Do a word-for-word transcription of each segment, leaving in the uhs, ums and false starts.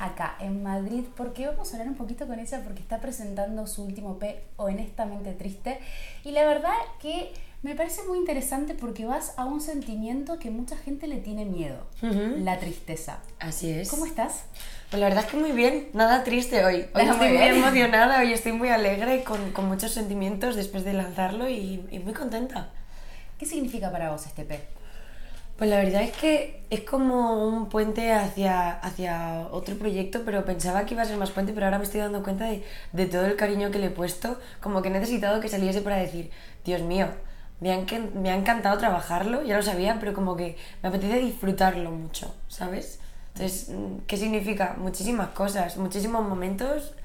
acá en Madrid porque vamos a hablar un poquito con ella porque está presentando su último E P, Honestamente Triste, y la verdad que me parece muy interesante porque vas a un sentimiento que mucha gente le tiene miedo, uh-huh. La tristeza. Así es. ¿Cómo estás? Pues la verdad es que muy bien, nada triste hoy. Hoy estoy muy, muy emocionada, hoy estoy muy alegre, con, con muchos sentimientos después de lanzarlo y, y muy contenta. ¿Qué significa para vos este E P? Pues la verdad es que es como un puente hacia, hacia otro proyecto, pero pensaba que iba a ser más puente, pero ahora me estoy dando cuenta de, de todo el cariño que le he puesto, como que he necesitado que saliese para decir, Dios mío, me ha, me ha encantado trabajarlo, ya lo sabía, pero como que me apetece disfrutarlo mucho, ¿sabes? Entonces, ¿qué significa? Muchísimas cosas, muchísimos momentos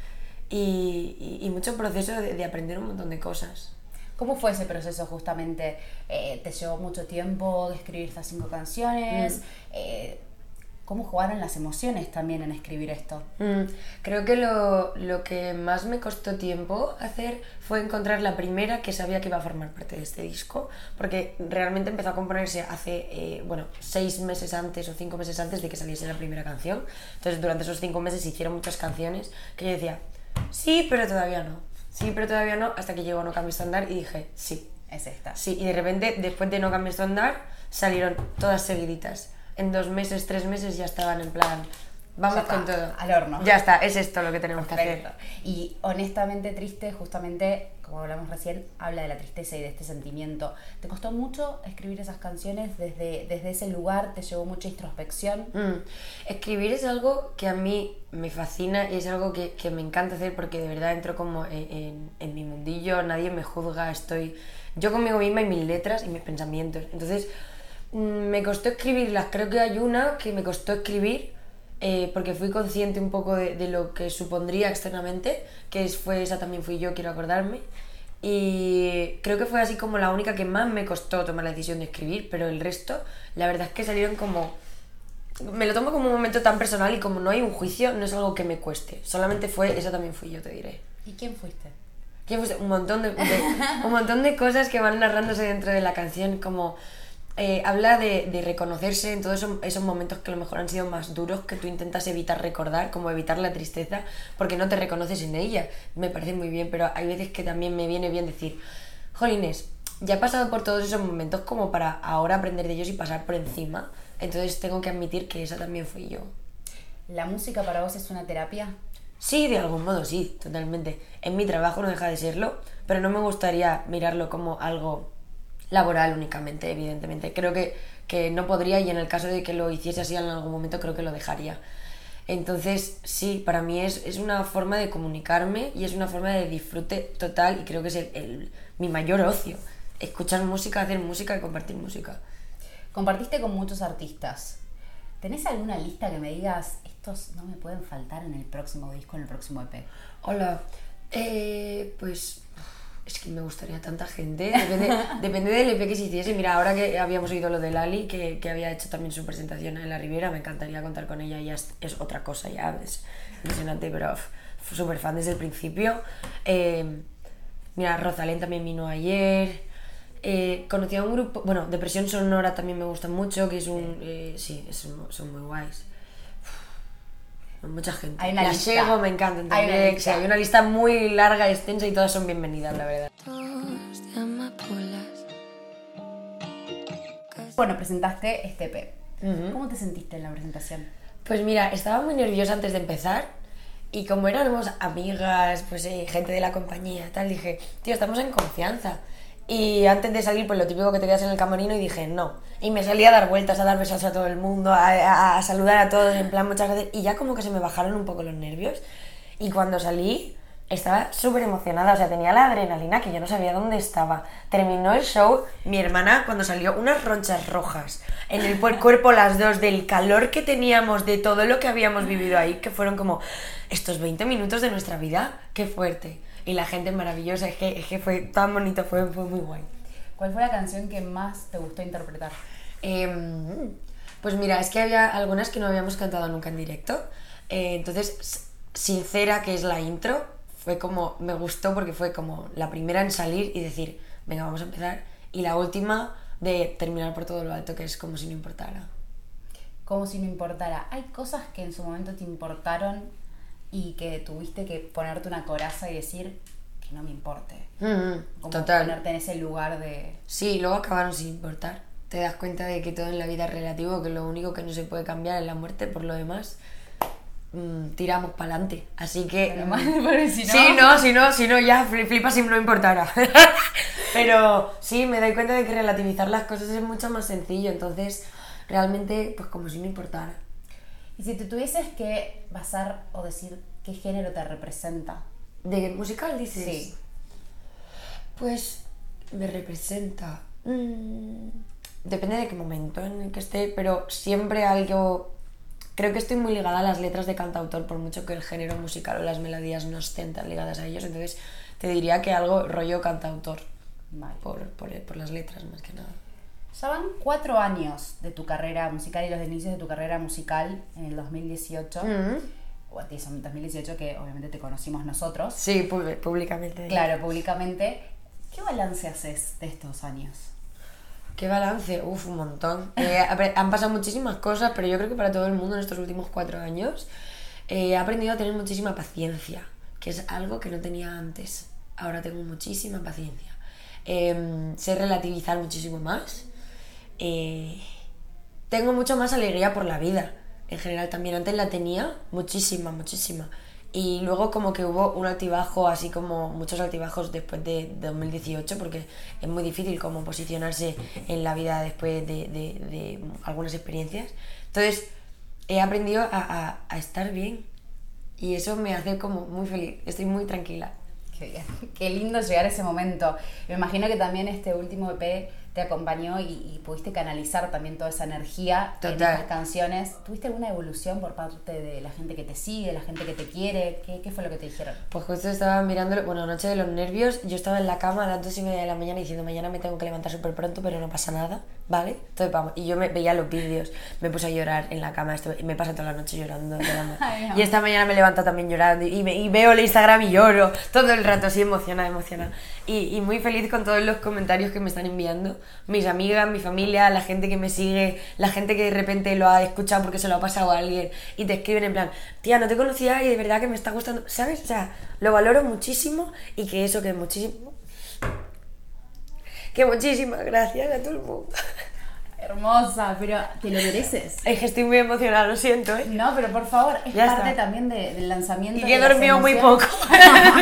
y, y, y mucho proceso de, de aprender un montón de cosas. ¿Cómo fue ese proceso justamente? Eh, ¿Te llevó mucho tiempo de escribir estas cinco canciones? Mm. Eh, ¿Cómo jugaron las emociones también en escribir esto? Mm. Creo que lo, lo que más me costó tiempo hacer fue encontrar la primera que sabía que iba a formar parte de este disco, porque realmente empezó a componerse hace, eh, bueno, seis meses antes o cinco meses antes de que saliese la primera canción. Entonces durante esos cinco meses se hicieron muchas canciones que yo decía, sí, pero todavía no. Sí, pero todavía no, hasta que llegó No Cambies tu Andar y dije, sí. Es esta. Sí, y de repente, después de No Cambies tu Andar, salieron todas seguiditas. En dos meses, tres meses ya estaban en plan, vamos con todo. Al horno. Ya está, es esto lo que tenemos Perfecto. que hacer. Y Honestamente Triste, justamente, como hablamos recién, habla de la tristeza y de este sentimiento. ¿Te costó mucho escribir esas canciones desde, desde ese lugar? ¿Te llevó mucha introspección? Mm. Escribir es algo que a mí me fascina y es algo que, que me encanta hacer porque de verdad entro como en, en, en mi mundillo, nadie me juzga, estoy yo conmigo misma y mis letras y mis pensamientos. Entonces, mm, me costó escribirlas. Creo que hay una que me costó escribir Eh, porque fui consciente un poco de, de lo que supondría externamente, que es, fue esa también fui yo, quiero acordarme, y creo que fue así como la única que más me costó tomar la decisión de escribir, pero el resto, la verdad es que salieron como... Me lo tomo como un momento tan personal y como no hay un juicio, no es algo que me cueste, solamente fue, esa también fui yo, te diré. ¿Y quién fuiste? ¿Quién fuiste? Un montón de, de, un montón de cosas que van narrándose dentro de la canción, como... Eh, habla de, de reconocerse en todos esos, esos momentos que a lo mejor han sido más duros, que tú intentas evitar recordar, como evitar la tristeza, porque no te reconoces en ella. Me parece muy bien, pero hay veces que también me viene bien decir, jolines, ya he pasado por todos esos momentos como para ahora aprender de ellos y pasar por encima. Entonces tengo que admitir que esa también fui yo. ¿La música para vos es una terapia? Sí, de algún modo sí, totalmente. En mi trabajo no deja de serlo, pero no me gustaría mirarlo como algo laboral únicamente, evidentemente. Creo que, que no podría, y en el caso de que lo hiciese así en algún momento creo que lo dejaría. Entonces sí, para mí es, es una forma de comunicarme y es una forma de disfrute total, y creo que es el, el, mi mayor ocio, escuchar música, hacer música y compartir música. Compartiste con muchos artistas. ¿Tenés alguna lista que me digas, estos no me pueden faltar en el próximo disco, en el próximo E P? Hola, eh, pues... Es que me gustaría tanta gente, depende, depende del E P que se hiciese. Mira, ahora que habíamos oído lo de Lali, que, que había hecho también su presentación en la Riviera, me encantaría contar con ella, ya es, es otra cosa, ya es impresionante, pero fue súper fan desde el principio. Eh, mira, Rosalén también vino ayer. Eh, conocí a un grupo, bueno, Depresión Sonora también me gusta mucho, que es un... Eh, sí, son, son muy guays. Mucha gente. Hay una la lista. Sego me encantan Hay también. una lista. Sí, hay una lista muy larga, extensa, y todas son bienvenidas, la verdad. Bueno, presentaste este E P. Uh-huh. ¿Cómo te sentiste en la presentación? Pues mira, estaba muy nerviosa antes de empezar, y como éramos amigas, pues eh, gente de la compañía, tal, dije, tío, estamos en confianza. Y antes de salir, pues lo típico que te quedas en el camerino, y dije, no. Y me salí a dar vueltas, a dar besos a todo el mundo, a, a, a saludar a todos, en plan, muchas gracias. Y ya como que se me bajaron un poco los nervios. Y cuando salí, estaba súper emocionada, o sea, tenía la adrenalina que yo no sabía dónde estaba. Terminó el show, mi hermana, cuando salió, unas ronchas rojas en el cuerpo las dos, del calor que teníamos, de todo lo que habíamos vivido ahí, que fueron como estos veinte minutos de nuestra vida, qué fuerte. Y la gente maravillosa, es que, es que fue tan bonito, fue, fue muy guay. ¿Cuál fue la canción que más te gustó interpretar? Eh, pues mira, es que había algunas que no habíamos cantado nunca en directo. Eh, entonces, Sincera, que es la intro, fue como, me gustó porque fue como la primera en salir y decir, venga, vamos a empezar. Y la última de terminar por todo lo alto, que es Como si no importara. como si no importara. ¿Hay cosas que en su momento te importaron y que tuviste que ponerte una coraza y decir que no me importe? Mm, Como total. ponerte en ese lugar de... Sí, luego acabaron sin importar. Te das cuenta de que todo en la vida es relativo, que lo único que no se puede cambiar es la muerte, por lo demás mmm, tiramos para adelante. Así que... Pero mal, porque si no... Sí, no, si no, si no ya flipas si no importara. Pero sí, me doy cuenta de que relativizar las cosas es mucho más sencillo, entonces realmente pues como si no importara. Y si te tuvieses que basar o decir qué género te representa. ¿De musical dices? Sí. Pues me representa... Mmm, depende de qué momento en el que esté, pero siempre algo... Creo que estoy muy ligada a las letras de cantautor, por mucho que el género musical o las melodías no estén tan ligadas a ellos, entonces te diría que algo rollo cantautor. Vale. Por, por, por las letras más que nada. Ya van cuatro años de tu carrera musical y los inicios de tu carrera musical en el dos mil dieciocho. Mm-hmm. O a ti en dos mil dieciocho, que obviamente te conocimos nosotros. Sí, públicamente. Claro, públicamente. ¿Qué balance haces de estos años? ¿Qué balance? Uf, un montón. Eh, han pasado muchísimas cosas, pero yo creo que para todo el mundo en estos últimos cuatro años eh, he aprendido a tener muchísima paciencia, que es algo que no tenía antes. Ahora tengo muchísima paciencia. Eh, sé relativizar muchísimo más. Eh, tengo mucho más alegría por la vida. En general también antes la tenía muchísima, muchísima. Y luego como que hubo un altibajo, así como muchos altibajos después de dos mil dieciocho, porque es muy difícil como posicionarse en la vida después de, de, de algunas experiencias. Entonces he aprendido a, a, a estar bien y eso me hace como muy feliz, estoy muy tranquila. Qué bien, qué lindo llegar a ese momento. Me imagino que también este último E P te acompañó y, y pudiste canalizar también toda esa energía Total. en estas canciones. ¿Tuviste alguna evolución por parte de la gente que te sigue, la gente que te quiere? ¿Qué, qué fue lo que te dijeron? Pues justo estaba mirándolo, bueno, noche de los nervios, yo estaba en la cama a las dos y media de la mañana diciendo mañana me tengo que levantar súper pronto, pero no pasa nada, ¿vale? Entonces vamos, y yo me veía los vídeos, me puse a llorar en la cama, esto, y me pasa toda la noche llorando, llorando. Ay, no. Y esta mañana me levanto también llorando y, me, y veo el Instagram y lloro todo el rato, así emocionada, emocionada. Y, y muy feliz con todos los comentarios que me están enviando mis amigas, mi familia, la gente que me sigue, la gente que de repente lo ha escuchado porque se lo ha pasado a alguien y te escriben en plan, tía, no te conocía y de verdad que me está gustando, ¿sabes? O sea, lo valoro muchísimo y que eso, que muchísimo... Que muchísimas gracias a todo el mundo. Hermosa, pero te lo mereces. Es que estoy muy emocionada, lo siento, ¿eh? No, pero por favor, es Ya parte está. también de, del lanzamiento. Y que he de las dormido muy emociones. poco.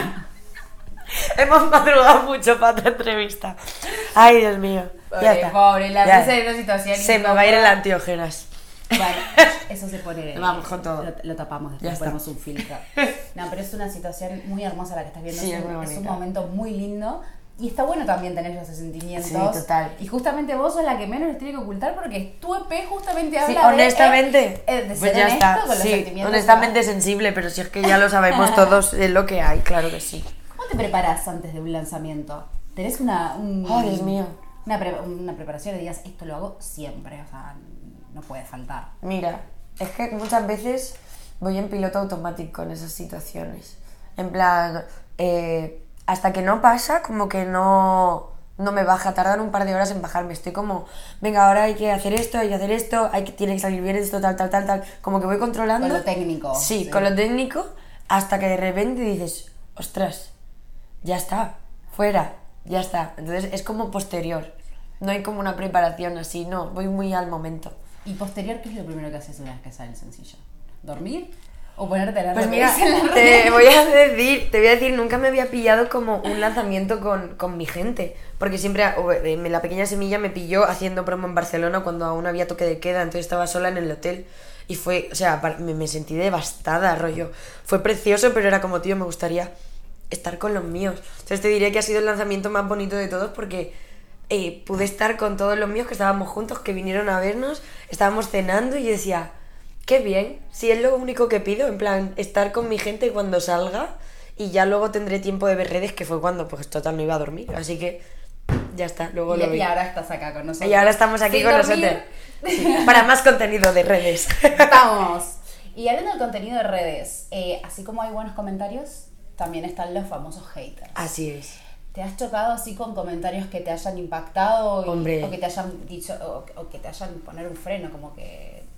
Hemos madrugado mucho para esta entrevista. Ay, Dios mío. Pobre, Ya está. pobre, la Ya. risa de una situación. Se me va a ir el antiógenas. Bueno, eso se pone. Vamos con todo. Lo, lo tapamos después, Ya está. ponemos un filtro. No, pero es una situación muy hermosa la que estás viendo. Sí, es, es un, muy es un bonita. momento muy lindo. Y está bueno también tener esos sentimientos. Sí, total. Y justamente vos sos la que menos les tiene que ocultar porque tu E P justamente habla Sí, de, honestamente, eh, de ser pues ya honesto está. con los Sí, sentimientos. honestamente sensible, pero si es que ya lo sabemos todos, es lo que hay, claro que sí. ¿Cómo te preparas antes de un lanzamiento? ¿Tenés una, un, Oh, Dios mío. una, pre- una preparación y digas, esto lo hago siempre? O sea, no puede faltar. Mira, es que muchas veces voy en piloto automático en esas situaciones. En plan, eh, hasta que no pasa, como que no, no me baja, tardan un par de horas en bajarme. Estoy como, venga, ahora hay que hacer esto, hay que hacer esto, hay que, tiene que salir bien esto, tal, tal, tal, tal. Como que voy controlando. Con lo técnico. Sí, Sí. con lo técnico, hasta que de repente dices, ostras, ya está, fuera, ya está. Entonces es como posterior. No hay como una preparación así, no, voy muy al momento. ¿Y posterior qué es lo primero que haces una vez que sale el sencillo? ¿Dormir? ¿O ponerte la Pues ropa mira, que dice en la te red? voy a decir, te voy a decir, nunca me había pillado como un lanzamiento con, con mi gente, porque siempre o, eh, la pequeña semilla me pilló haciendo promo en Barcelona cuando aún había toque de queda, entonces estaba sola en el hotel y fue, o sea, para- me, me sentí devastada, rollo. Fue precioso, pero era como, tío, me gustaría estar con los míos. Entonces te diré que ha sido el lanzamiento más bonito de todos porque eh, pude estar con todos los míos que estábamos juntos, que vinieron a vernos, estábamos cenando y yo decía, qué bien, si es lo único que pido, en plan, estar con mi gente cuando salga y ya luego tendré tiempo de ver redes, que fue cuando, pues total, no iba a dormir, así que ya está, luego Y, lo vi. y ahora estás acá con nosotros. Y ahora estamos aquí Sin con dormir. nosotros. Sí, para más contenido de redes. Estamos. Y hablando del contenido de redes, eh, así como hay buenos comentarios, también están los famosos haters. Así es. ¿Te has chocado así con comentarios que te hayan impactado y- Hombre. o que te hayan dicho o, o que te hayan poner un freno, como que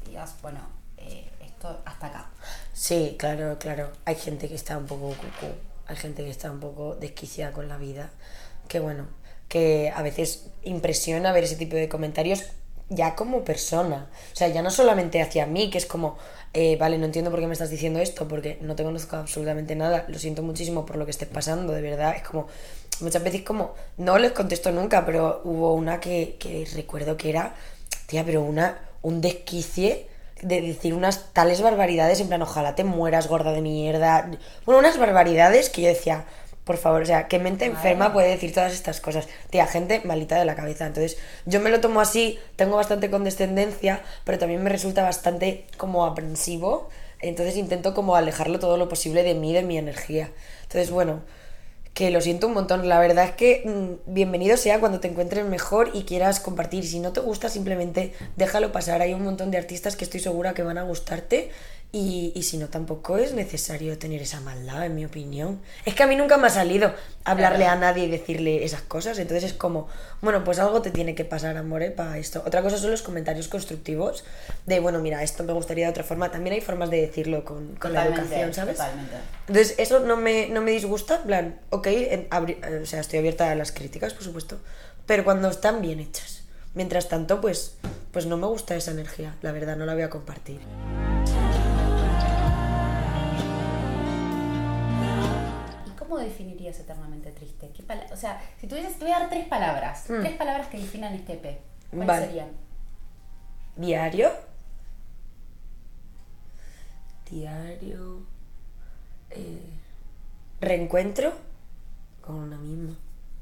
digas, bueno, eh, esto hasta acá. Sí, claro, claro. Hay gente que está un poco cucú, hay gente que está un poco desquiciada con la vida, que bueno, que a veces impresiona ver ese tipo de comentarios ya como persona. O sea, ya no solamente hacia mí, que es como, eh, vale, no entiendo por qué me estás diciendo esto, porque no te conozco absolutamente nada, lo siento muchísimo por lo que estés pasando, de verdad. Es como, muchas veces como, no les contesto nunca, pero hubo una que, que recuerdo que era, tía, pero una, un desquicie de decir unas tales barbaridades, en plan, ojalá te mueras, gorda de mierda. Bueno, unas barbaridades que yo decía, por favor, o sea, ¿qué mente enferma Madre. puede decir todas estas cosas? Tía, gente malita de la cabeza. Entonces, yo me lo tomo así, tengo bastante condescendencia, pero también me resulta bastante como aprensivo. Entonces intento como alejarlo todo lo posible de mí, de mi energía. Entonces, bueno, que lo siento un montón. La verdad es que mmm, bienvenido sea cuando te encuentres mejor y quieras compartir. Si no te gusta, simplemente déjalo pasar. Hay un montón de artistas que estoy segura que van a gustarte. Y, y si no, tampoco es necesario tener esa maldad, en mi opinión. Es que a mí nunca me ha salido hablarle a nadie y decirle esas cosas. Entonces es como, bueno, pues algo te tiene que pasar, amore, para esto. Otra cosa son los comentarios constructivos. De, bueno, mira, esto me gustaría de otra forma. También hay formas de decirlo con, con la educación, ¿sabes? Totalmente. Entonces eso no me, no me disgusta. En plan, ok, en, abri- o sea, estoy abierta a las críticas, por supuesto. Pero cuando están bien hechas. Mientras tanto, pues, pues no me gusta esa energía. La verdad, no la voy a compartir. ¿Cómo definirías eternamente triste? ¿Qué pala- o sea, si tuvieses, te voy a dar tres palabras. Mm. Tres palabras que definan este E P. ¿Cuáles Vale. serían? Diario. Diario. Eh, reencuentro con una misma.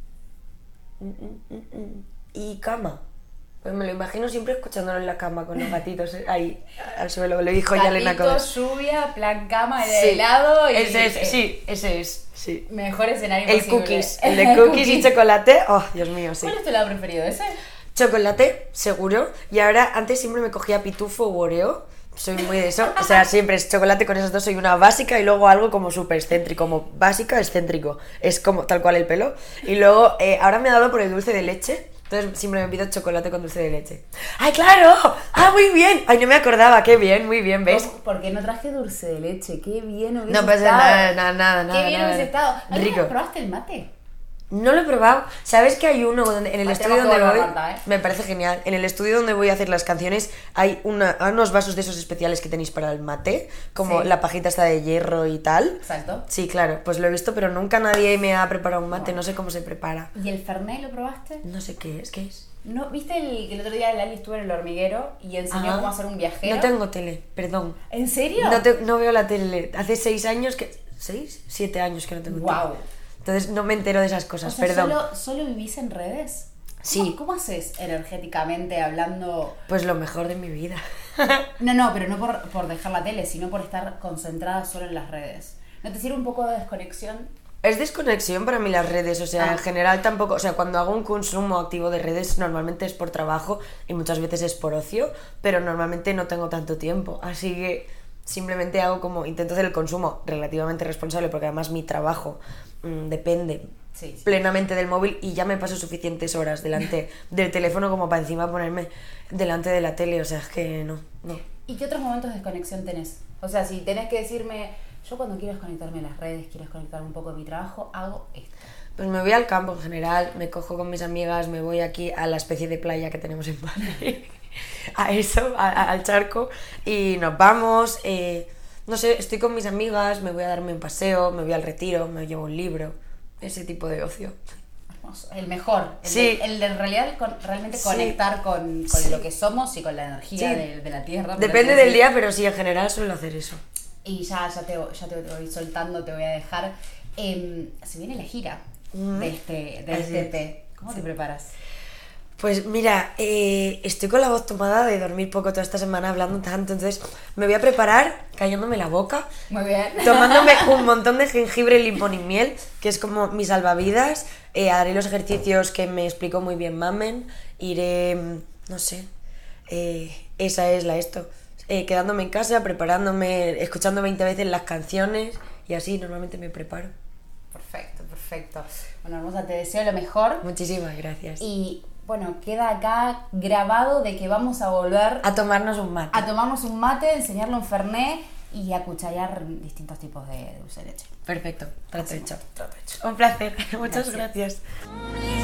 Mm, mm, mm, mm. Y cama. Pues me lo imagino siempre escuchándolo en la cama con los gatitos ahí al suelo. Lo dijo ya Elena Gatito, Codes. lluvia, plan cama de Sí, helado y... ese es, eh, sí, ese es, sí. Mejor escenario El posible. cookies, el de cookies y chocolate. Oh, Dios mío, sí. ¿Cuál es tu lado preferido? ¿Ese? Chocolate, seguro. Y ahora, antes siempre me cogía pitufo o oreo. Soy muy de eso. O sea, siempre es chocolate con esos dos. Soy una básica y luego algo como súper excéntrico. Como básica, excéntrico. Es como tal cual el pelo. Y luego, eh, ahora me ha dado por el dulce de leche. Entonces siempre me pido chocolate con dulce de leche. ¡Ay, claro! ¡Ah, muy bien! Ay, no me acordaba. Qué bien, muy bien, ¿ves? ¿Por qué no traje dulce de leche? Qué bien hubiese No pasa estado. nada, nada, nada, Qué nada. bien nada. hubiese estado. ¿Alguna vez Rico. probaste el mate? No lo he probado. ¿Sabes que hay uno donde, en el Ah, estudio tenemos donde que voy? volver a Marta, ¿eh? Me parece genial. En el estudio donde voy a hacer las canciones hay, una, hay unos vasos de esos especiales que tenéis para el mate, como Sí. la pajita esta de hierro y tal. Exacto. Sí, claro, pues lo he visto, pero nunca nadie me ha preparado un mate, no sé cómo se prepara. ¿Y el Fernet lo probaste? No sé qué es, ¿qué es? ¿No? ¿Viste el, que el otro día Lali estuvo en el hormiguero y enseñó Ah. cómo hacer un viajero? No tengo tele, perdón. ¿En serio? No, te- no veo la tele. Hace seis años que... ¿Seis? Siete años que no tengo Wow. tele. Entonces no me entero de esas O cosas, sea, perdón. ¿solo, ¿solo vivís en redes? Sí. ¿Cómo, ¿Cómo haces energéticamente hablando? Pues lo mejor de mi vida. No, no, pero no por, por dejar la tele, sino por estar concentrada solo en las redes. ¿No te sirve un poco de desconexión? Es desconexión para mí las redes, o sea, Ah. en general tampoco, o sea, cuando hago un consumo activo de redes normalmente es por trabajo y muchas veces es por ocio, pero normalmente no tengo tanto tiempo, así que simplemente hago como, intento hacer el consumo relativamente responsable porque además mi trabajo mmm, depende Sí, sí. plenamente del móvil y ya me paso suficientes horas delante del teléfono como para encima ponerme delante de la tele, o sea, es que no, no. ¿Y qué otros momentos de desconexión tenés? O sea, si tenés que decirme, yo cuando quiero desconectarme de las redes, quiero desconectarme un poco de mi trabajo, hago esto. Pues me voy al campo en general, me cojo con mis amigas, me voy aquí a la especie de playa que tenemos en Madrid, a eso, a- a- al charco, y nos vamos, eh, no sé, estoy con mis amigas, me voy a darme un paseo, me voy al retiro, me llevo un libro, ese tipo de ocio. Hermoso. El mejor. El, Sí. de, el de en realidad con- realmente Sí. conectar con, con Sí. lo que somos y con la energía Sí. de, de la tierra. por Depende así del decir. día, pero sí, en general suelo hacer eso. Y ya, ya, te, ya te voy soltando, te voy a dejar. Eh, se viene la gira Mm. de este, de Así este es. E P. ¿Cómo te preparas? Pues mira, eh, estoy con la voz tomada de dormir poco toda esta semana hablando tanto, entonces me voy a preparar cayéndome la boca, Muy bien. tomándome un montón de jengibre, limón y miel, que es como mi salvavidas. Eh, haré los ejercicios que me explicó muy bien Mamen. Iré, mm, no sé, eh, esa es la esto. Eh, quedándome en casa, preparándome, escuchando veinte veces las canciones y así normalmente me preparo. Perfecto, perfecto. Bueno, hermosa, te deseo lo mejor. Muchísimas gracias. Y bueno, queda acá grabado de que vamos a volver A tomarnos un mate. a tomarnos un mate, enseñarle un fernet y a cucharear distintos tipos de dulce de leche. Perfecto, trato hecho. Trato hecho. Un placer, muchas Gracias. gracias.